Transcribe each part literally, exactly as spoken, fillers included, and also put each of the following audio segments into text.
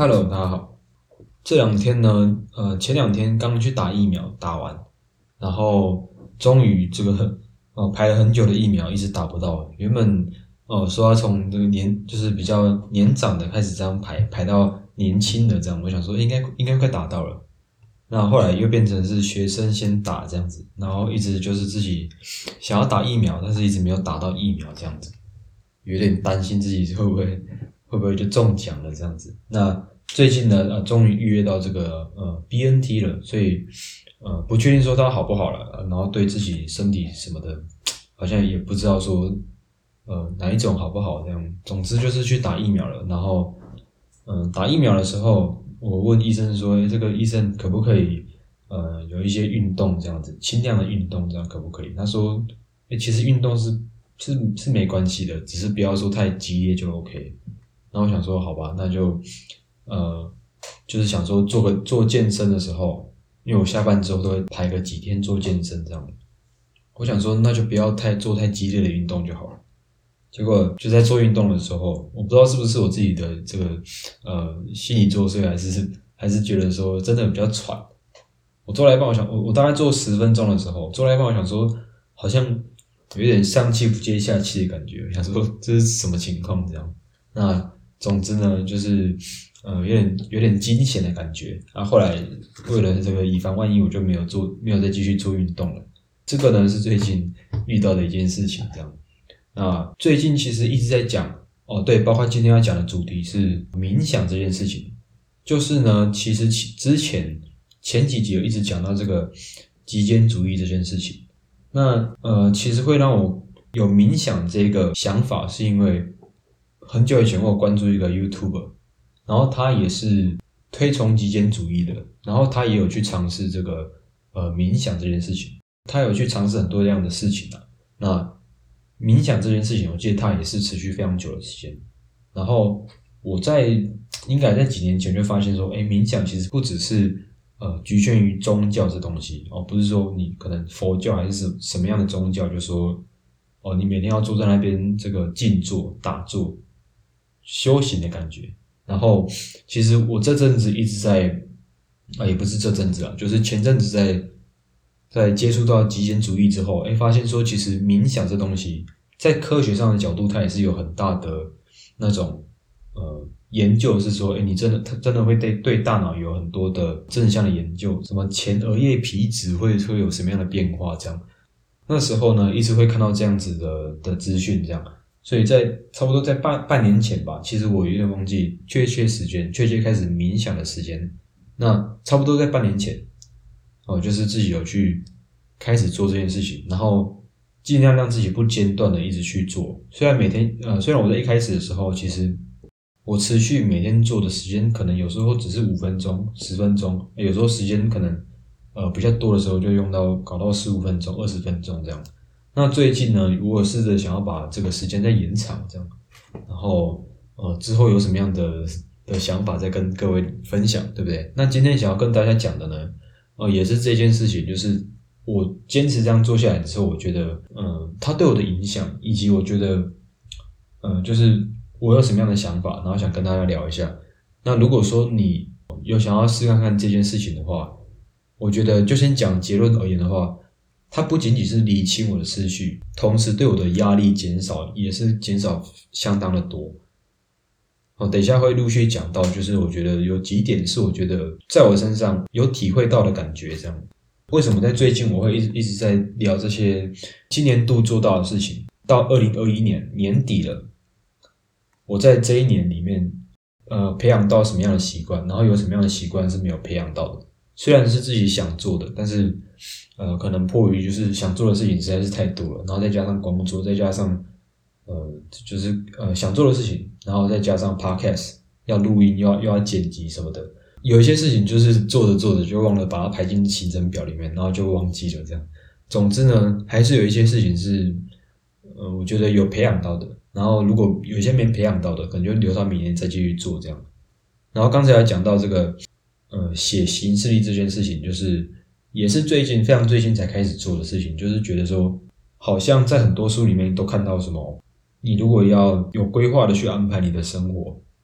Hello，大家好。这两天呢，呃，前两天刚去打疫苗，打完，然后终于这个呃排了很久的疫苗一直打不到。原本呃说要从这个年就是比较年长的开始这样排，排到年轻的这样，我想说应该应该快打到了。那后来又变成是学生先打这样子，然后一直就是自己想要打疫苗，但是一直没有打到疫苗这样子，有点担心自己会不会会不会就中奖了这样子。那最近呢，呃，终于预约到这个呃 B N T 了，所以呃不确定说它好不好了，然后对自己身体什么的，好像也不知道说呃哪一种好不好这样。总之就是去打疫苗了，然后嗯、呃、打疫苗的时候，我问医生说，诶这个医生可不可以呃有一些运动这样子，轻量的运动这样可不可以？他说，诶其实运动是是是没关系的，只是不要说太激烈就 OK。然后我想说，好吧，那就。呃，就是想说做个做健身的时候，因为我下班之后都会排个几天做健身这样。我想说那就不要太做太激烈的运动就好了。结果就在做运动的时候，我不知道是不是我自己的这个呃心理作祟，还是还是觉得说真的比较喘。我做了一半，我想我我大概做十分钟的时候，做了一半，我想说好像有点上气不接下气的感觉，想说这是什么情况这样。那总之呢，就是呃有点有点惊险的感觉啊。后来为了这个以防万一，我就没有做，没有再继续做运动了。这个呢是最近遇到的一件事情，这样。那最近其实一直在讲哦，对，包括今天要讲的主题是冥想这件事情。就是呢，其实之前前几集有一直讲到这个极简主义这件事情。那呃，其实会让我有冥想这个想法，是因为很久以前我有关注一个 YouTuber， 然后他也是推崇极简主义的，然后他也有去尝试这个呃冥想这件事情，他有去尝试很多这样的事情啊。那冥想这件事情，我记得他也是持续非常久的时间。然后我在应该在几年前就发现说，哎，冥想其实不只是呃局限于宗教这东西哦，不是说你可能佛教还是什么样的宗教，就说哦你每天要坐在那边这个静坐打坐修行的感觉。然后其实我这阵子一直在啊，也不是这阵子啊，就是前阵子在在接触到极简主义之后，哎，发现说其实冥想这东西在科学上的角度，它也是有很大的那种呃研究，是说，哎，你真的它真的会对对大脑有很多的正向的研究，什么前额叶皮质会会有什么样的变化这样。那时候呢，一直会看到这样子的的资讯这样。所以在差不多在半半年前吧，其实我有点忘记确切时间，确切开始冥想的时间。那差不多在半年前，哦，就是自己有去开始做这件事情，然后尽量让自己不间断的一直去做。虽然每天呃，虽然我在一开始的时候，其实我持续每天做的时间可能有时候只是五分钟、十分钟，有时候时间可能呃比较多的时候就用到搞到十五分钟、二十分钟这样。那最近呢，我试着想要把这个时间再延长，这样，然后呃之后有什么样的的想法再跟各位分享，对不对？那今天想要跟大家讲的呢，呃也是这件事情，就是我坚持这样做下来之后，我觉得呃它对我的影响，以及我觉得呃就是我有什么样的想法，然后想跟大家聊一下。那如果说你有想要试看看这件事情的话，我觉得就先讲结论而言的话，它不仅仅是理清我的思绪，同时对我的压力减少，也是减少相当的多。好，等一下会陆续讲到，就是我觉得有几点是我觉得在我身上有体会到的感觉。这样，为什么在最近我会一直一直在聊这些今年度做到的事情？到二零二一年年底了，我在这一年里面，呃，培养到什么样的习惯，然后有什么样的习惯是没有培养到的。虽然是自己想做的，但是呃，可能迫于就是想做的事情实在是太多了，然后再加上工作，再加上呃，就是呃想做的事情，然后再加上 podcast 要录音，又要又要剪辑什么的，有一些事情就是做着做着就忘了把它排进行程表里面，然后就忘记了这样。总之呢，还是有一些事情是呃，我觉得有培养到的，然后如果有一些没培养到的，可能就留到明年再继续做这样。然后刚才有讲到这个呃写行事历这件事情，就是也是最近非常最近才开始做的事情，就是觉得说好像在很多书里面都看到什么，你如果要有规划的去安排你的生活，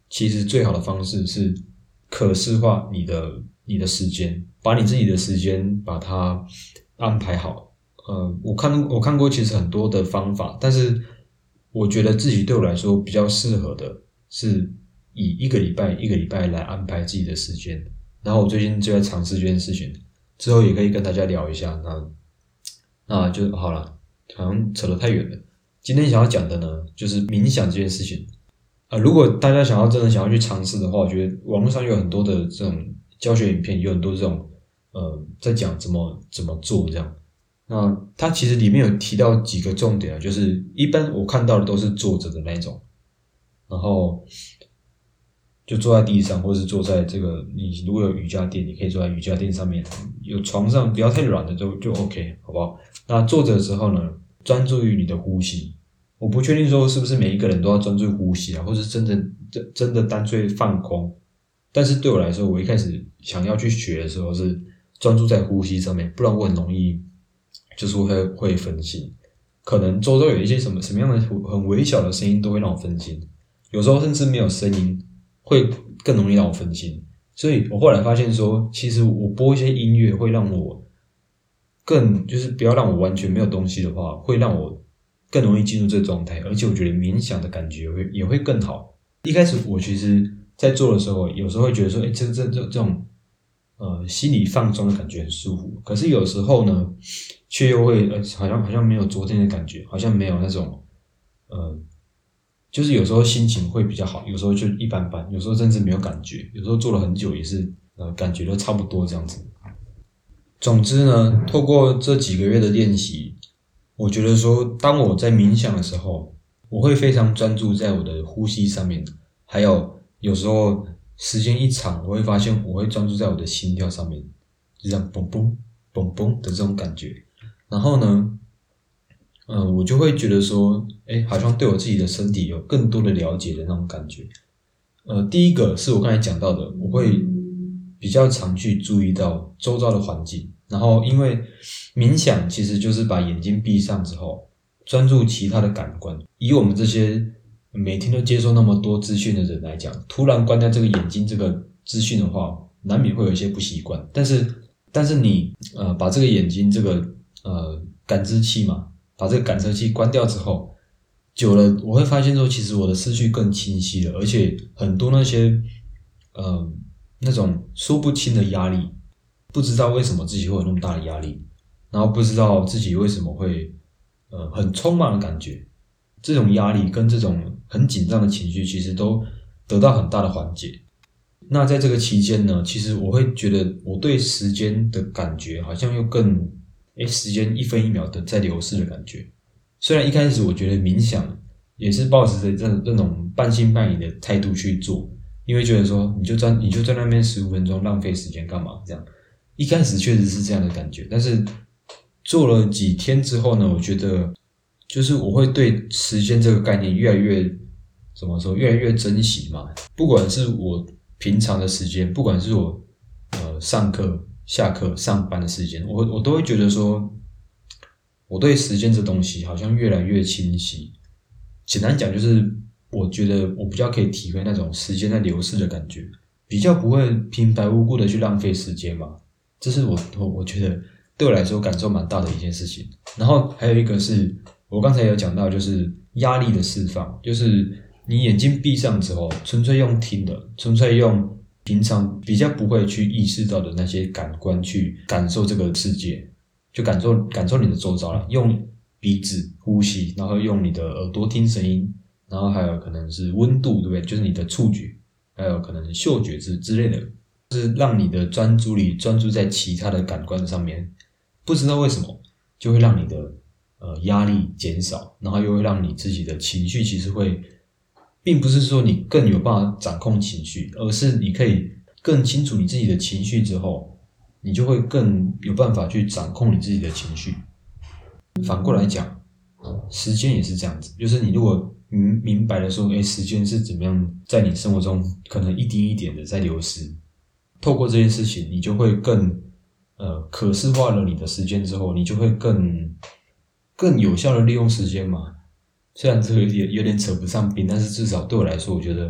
其实最好的方式是可视化你的你的时间，把你自己的时间把它安排好。呃，我看我看过其实很多的方法，但是我觉得自己对我来说比较适合的是以一个礼拜一个礼拜来安排自己的时间。然后我最近就在尝试这件事情，之后也可以跟大家聊一下。那那就好了，好像扯得太远了。今天想要讲的呢，就是冥想这件事情。啊、呃，如果大家想要真的想要去尝试的话，我觉得网络上有很多的这种教学影片，有很多这种呃在讲怎么怎么做这样。那它其实里面有提到几个重点啊，就是一般我看到的都是坐着的那种，然后就坐在地上，或是坐在这个你如果有瑜伽垫，你可以坐在瑜伽垫上面，有床上不要太软的就就 OK， 好不好？那坐着之后呢，专注于你的呼吸。我不确定说是不是每一个人都要专注呼吸啊，或是真的真真的干脆放空。但是对我来说，我一开始想要去学的时候是专注在呼吸上面，不然我很容易就是会会分心。可能周遭有一些什么什么样的很微小的声音都会让我分心，有时候甚至没有声音会更容易让我分心。所以我后来发现说，其实我播一些音乐会让我更就是不要让我完全没有东西的话，会让我更容易进入这个状态，而且我觉得冥想的感觉会也会更好。一开始我其实在做的时候，有时候会觉得说，哎，这这这这种呃心理放松的感觉很舒服，可是有时候呢，却又会呃好像好像没有昨天的感觉，好像没有那种呃，就是有时候心情会比较好，有时候就一般般，有时候甚至没有感觉，有时候做了很久也是呃感觉都差不多这样子。总之呢，透过这几个月的练习，我觉得说，当我在冥想的时候，我会非常专注在我的呼吸上面，还有有时候时间一长，我会发现我会专注在我的心跳上面，就这样嘣嘣嘣嘣的这种感觉。然后呢，嗯、呃，我就会觉得说，哎，好像对我自己的身体有更多的了解的那种感觉。呃，第一个是我刚才讲到的，我会比较常去注意到周遭的环境，然后因为冥想其实就是把眼睛闭上之后，专注其他的感官。以我们这些每天都接受那么多资讯的人来讲，突然关掉这个眼睛这个资讯的话，难免会有一些不习惯。但是，但是你呃把这个眼睛这个呃感知器嘛，把这个感测器关掉之后，久了我会发现说，其实我的思绪更清晰了，而且很多那些呃那种说不清的压力，不知道为什么自己会有那么大的压力，然后不知道自己为什么会呃很匆忙的感觉，这种压力跟这种很紧张的情绪，其实都得到很大的缓解。那在这个期间呢，其实我会觉得我对时间的感觉好像又更，诶，时间一分一秒的在流逝的感觉。虽然一开始我觉得冥想也是抱持着这这种半信半疑的态度去做，因为觉得说你就在你就在那边十五分钟浪费时间干嘛这样。一开始确实是这样的感觉，但是做了几天之后呢，我觉得就是我会对时间这个概念越来越怎么说，越来越珍惜嘛。不管是我平常的时间，不管是我呃上课、下课、上班的时间，我我都会觉得说，我对时间这东西好像越来越清晰。简单讲就是，我觉得我比较可以体会那种时间在流逝的感觉，比较不会平白无故的去浪费时间嘛。这是我我我觉得对我来说感受蛮大的一件事情。然后还有一个是我刚才有讲到，就是压力的释放，就是你眼睛闭上之后，纯粹用听的，纯粹用平常比较不会去意识到的那些感官去感受这个世界，就感受感受你的周遭了。用鼻子呼吸，然后用你的耳朵听声音，然后还有可能是温度，对不对？就是你的触觉，还有可能嗅觉之之类的。就是让你的专注力专注在其他的感官上面，不知道为什么就会让你的呃压力减少，然后又会让你自己的情绪其实会，并不是说你更有办法掌控情绪，而是你可以更清楚你自己的情绪之后，你就会更有办法去掌控你自己的情绪。反过来讲，时间也是这样子，就是你如果明明白了说，诶，时间是怎么样在你生活中可能一点一点的在流失。透过这件事情，你就会更呃可视化了你的时间之后，你就会更更有效的利用时间嘛。虽然这个有点有点扯不上边，但是至少对我来说，我觉得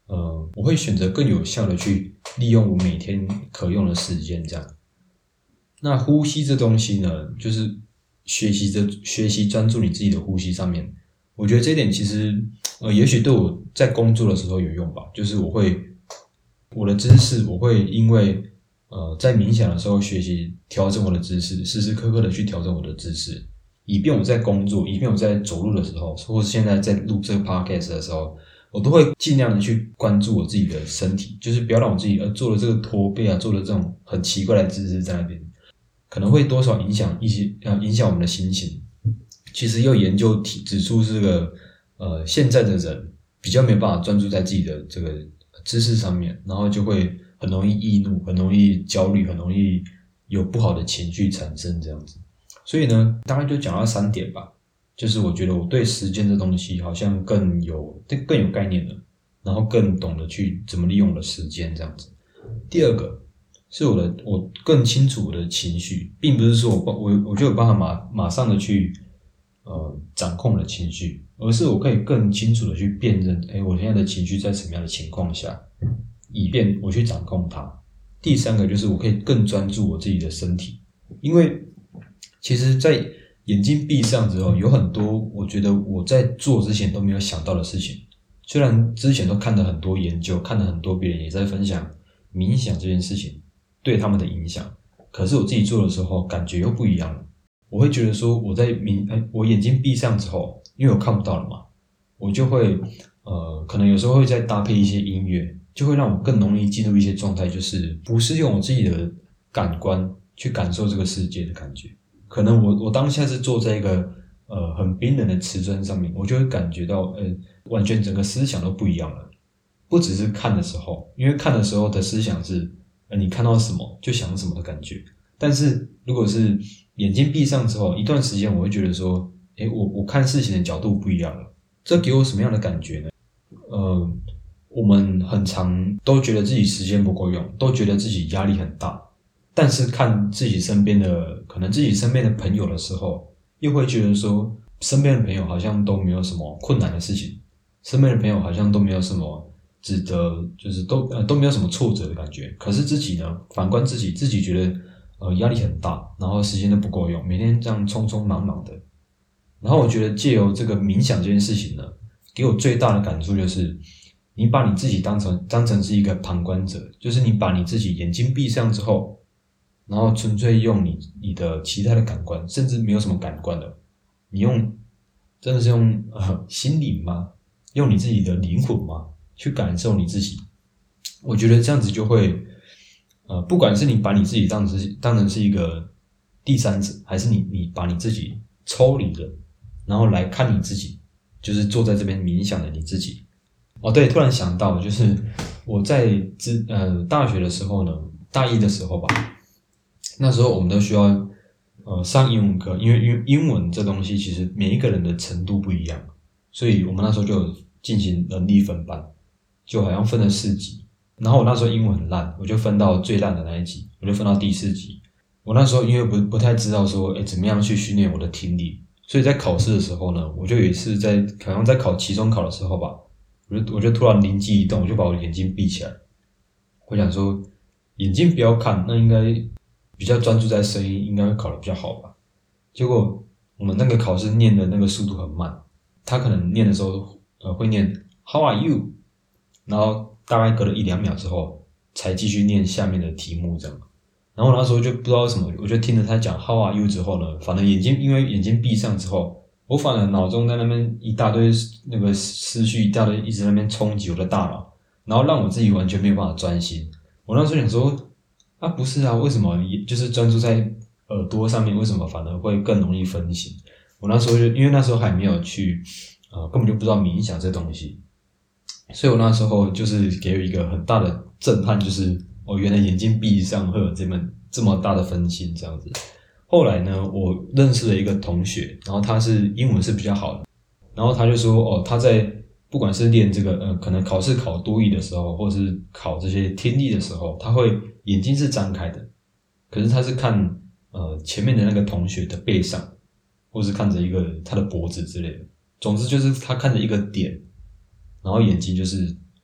呃，我会选择更有效的去利用我每天可用的时间这样。那呼吸这东西呢，就是学习着学习专注你自己的呼吸上面。我觉得这一点其实呃，也许对我在工作的时候有用吧，就是我会我的姿势，我会因为呃在冥想的时候学习调整我的姿势，时时刻刻的去调整我的姿势，以便我在工作，以便我在走路的时候，或是现在在录这个 podcast 的时候，我都会尽量的去关注我自己的身体，就是不要让我自己呃做了这个驼背啊，做了这种很奇怪的姿势在那边，可能会多少影响一些呃影响我们的心情。其实有研究提指出，这个呃现在的人比较没有办法专注在自己的这个知识上面，然后就会很容易易怒，很容易焦虑，很容易有不好的情绪产生这样子。所以呢，大概就讲到三点吧，就是我觉得我对时间这东西好像更有更有概念了，然后更懂得去怎么利用我的时间这样子。第二个是我的我更清楚我的情绪，并不是说我我我就有办法马马上的去呃掌控我的情绪，而是我可以更清楚的去辨认，哎，我现在的情绪在什么样的情况下，以便我去掌控它。第三个就是我可以更专注我自己的身体，因为其实在眼睛闭上之后，有很多我觉得我在做之前都没有想到的事情。虽然之前都看了很多研究，看了很多别人也在分享冥想这件事情对他们的影响，可是我自己做的时候感觉又不一样了。我会觉得说我在冥，哎，我眼睛闭上之后，因为我看不到了嘛，我就会呃，可能有时候会再搭配一些音乐，就会让我更容易进入一些状态，就是不是用我自己的感官去感受这个世界的感觉。可能我我当下是坐在一个呃很冰冷的瓷砖上面，我就会感觉到呃完全整个思想都不一样了。不只是看的时候，因为看的时候的思想是呃你看到什么就想什么的感觉，但是如果是眼睛闭上之后一段时间，我会觉得说，诶，我我看事情的角度不一样了。这给我什么样的感觉呢？呃，我们很常都觉得自己时间不够用，都觉得自己压力很大，但是看自己身边的可能自己身边的朋友的时候，又会觉得说身边的朋友好像都没有什么困难的事情，身边的朋友好像都没有什么值得就是都呃都没有什么挫折的感觉。可是自己呢，反观自己，自己觉得呃压力很大，然后时间都不够用，每天这样匆匆忙忙的。然后我觉得借由这个冥想这件事情呢，给我最大的感触就是，你把你自己当成当成是一个旁观者，就是你把你自己眼睛闭上之后，然后纯粹用你你的其他的感官，甚至没有什么感官的，你用真的是用呃心灵吗？用你自己的灵魂吗？去感受你自己。我觉得这样子就会，呃，不管是你把你自己当成是当成是一个第三者，还是你你把你自己抽离了，然后来看你自己，就是坐在这边冥想的你自己。哦，对，突然想到，就是我在之呃大学的时候呢，大一的时候吧，那时候我们都需要呃上英文课，因为英英文这东西其实每一个人的程度不一样，所以我们那时候就有进行能力分班，就好像分了四级。然后我那时候英文很烂，我就分到最烂的那一级，我就分到第四级。我那时候因为不不太知道说，哎，怎么样去训练我的听力，所以在考试的时候呢，我就有一次在好像在考期中考的时候吧，我就我就突然灵机一动，我就把我的眼睛闭起来。我想说，眼睛不要看，那应该比较专注在声音，应该会考得比较好吧。结果我们那个考试念的那个速度很慢，他可能念的时候呃会念 How are you， 然后大概隔了一两秒之后才继续念下面的题目这样。然后我那时候就不知道为什么，我就听着他讲 How are you 之后呢，反正眼睛因为眼睛闭上之后，我反而脑中在那边一大堆那个思绪一大堆一直在那边冲击我的大脑，然后让我自己完全没有办法专心。我那时候想说啊不是啊，为什么就是专注在耳朵上面，为什么反而会更容易分心？我那时候就因为那时候还没有去呃根本就不知道冥想这东西，所以我那时候就是给我一个很大的震撼，就是我、哦、原来眼睛闭上会有这么这么大的分心这样子。后来呢，我认识了一个同学，然后他是英文是比较好的，然后他就说哦，他在不管是练这个呃可能考试考多益的时候，或是考这些听力的时候，他会眼睛是张开的，可是他是看呃前面的那个同学的背上，或是看着一个他的脖子之类的，总之就是他看着一个点，然后眼睛就是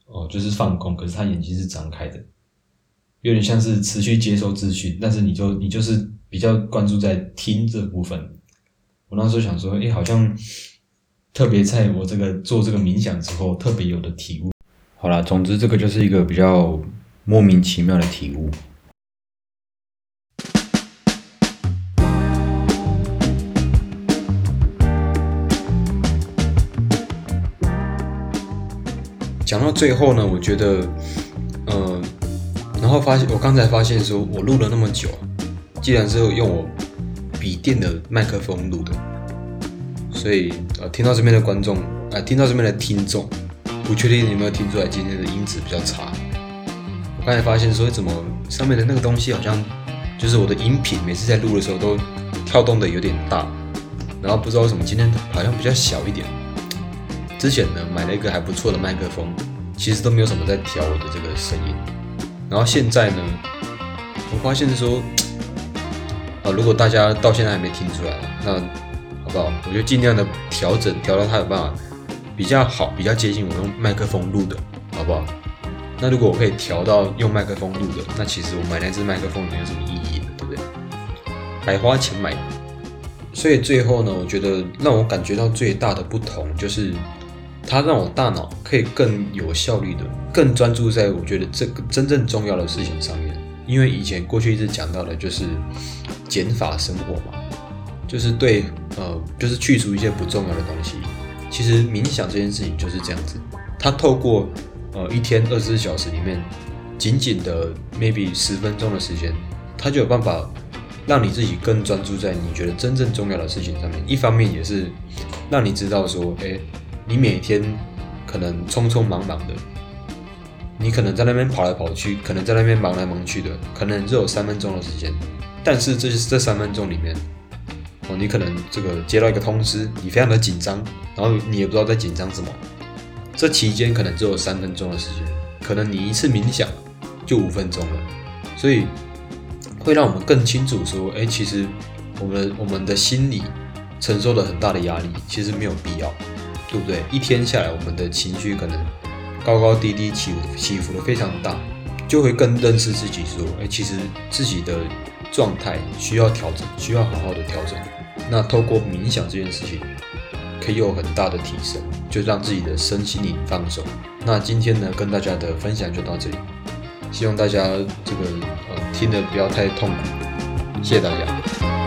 哦，就是放空，可是他眼睛是张开的，有点像是持续接收资讯，但是你就你就是比较关注在听这部分。我那时候想说，哎，好像特别在我这个做这个冥想之后，特别有的体悟。好啦，总之这个就是一个比较莫名其妙的体悟。讲到最后呢，我觉得，呃，然后发现我刚才发现说，我录了那么久，既然是用我笔电的麦克风录的，所以呃，听到这边的观众，呃，听到这边的听众，不确定你有没有听出来今天的音质比较差。我刚才发现说，怎么上面的那个东西好像就是我的音频，每次在录的时候都跳动的有点大，然后不知道为什么今天好像比较小一点。之前呢买了一个还不错的麦克风，其实都没有什么在调我的这个声音。然后现在呢，我发现说，啊，如果大家到现在还没听出来，那好不好？我就尽量的调整，调到它有办法比较好，比较接近我用麦克风录的，好不好？那如果我可以调到用麦克风录的，那其实我买那支麦克风也没有什么意义了，对不对？白花钱买的。所以最后呢，我觉得让我感觉到最大的不同就是。它让我大脑可以更有效率的、更专注在我觉得这个真正重要的事情上面。因为以前过去一直讲到的就是减法生活嘛，就是对呃，就是去除一些不重要的东西。其实冥想这件事情就是这样子，它透过呃一天二十四小时里面，仅仅的 maybe 十分钟的时间，它就有办法让你自己更专注在你觉得真正重要的事情上面。一方面也是让你知道说，哎。你每天可能匆匆忙忙的，你可能在那边跑来跑去，可能在那边忙来忙去的，可能只有三分钟的时间，但是这这三分钟里面，哦，你可能这个接到一个通知，你非常的紧张，然后你也不知道在紧张什么，这期间可能只有三分钟的时间，可能你一次冥想就五分钟了，所以会让我们更清楚说，哎，其实我们我们的心理承受了很大的压力，其实没有必要。对不对？一天下来，我们的情绪可能高高低低起起伏的非常大，就会更认识自己说，哎，其实自己的状态需要调整，需要好好的调整。那透过冥想这件事情，可以有很大的提升，就让自己的身心灵放松。那今天呢，跟大家的分享就到这里，希望大家这个呃听得不要太痛苦，谢谢大家。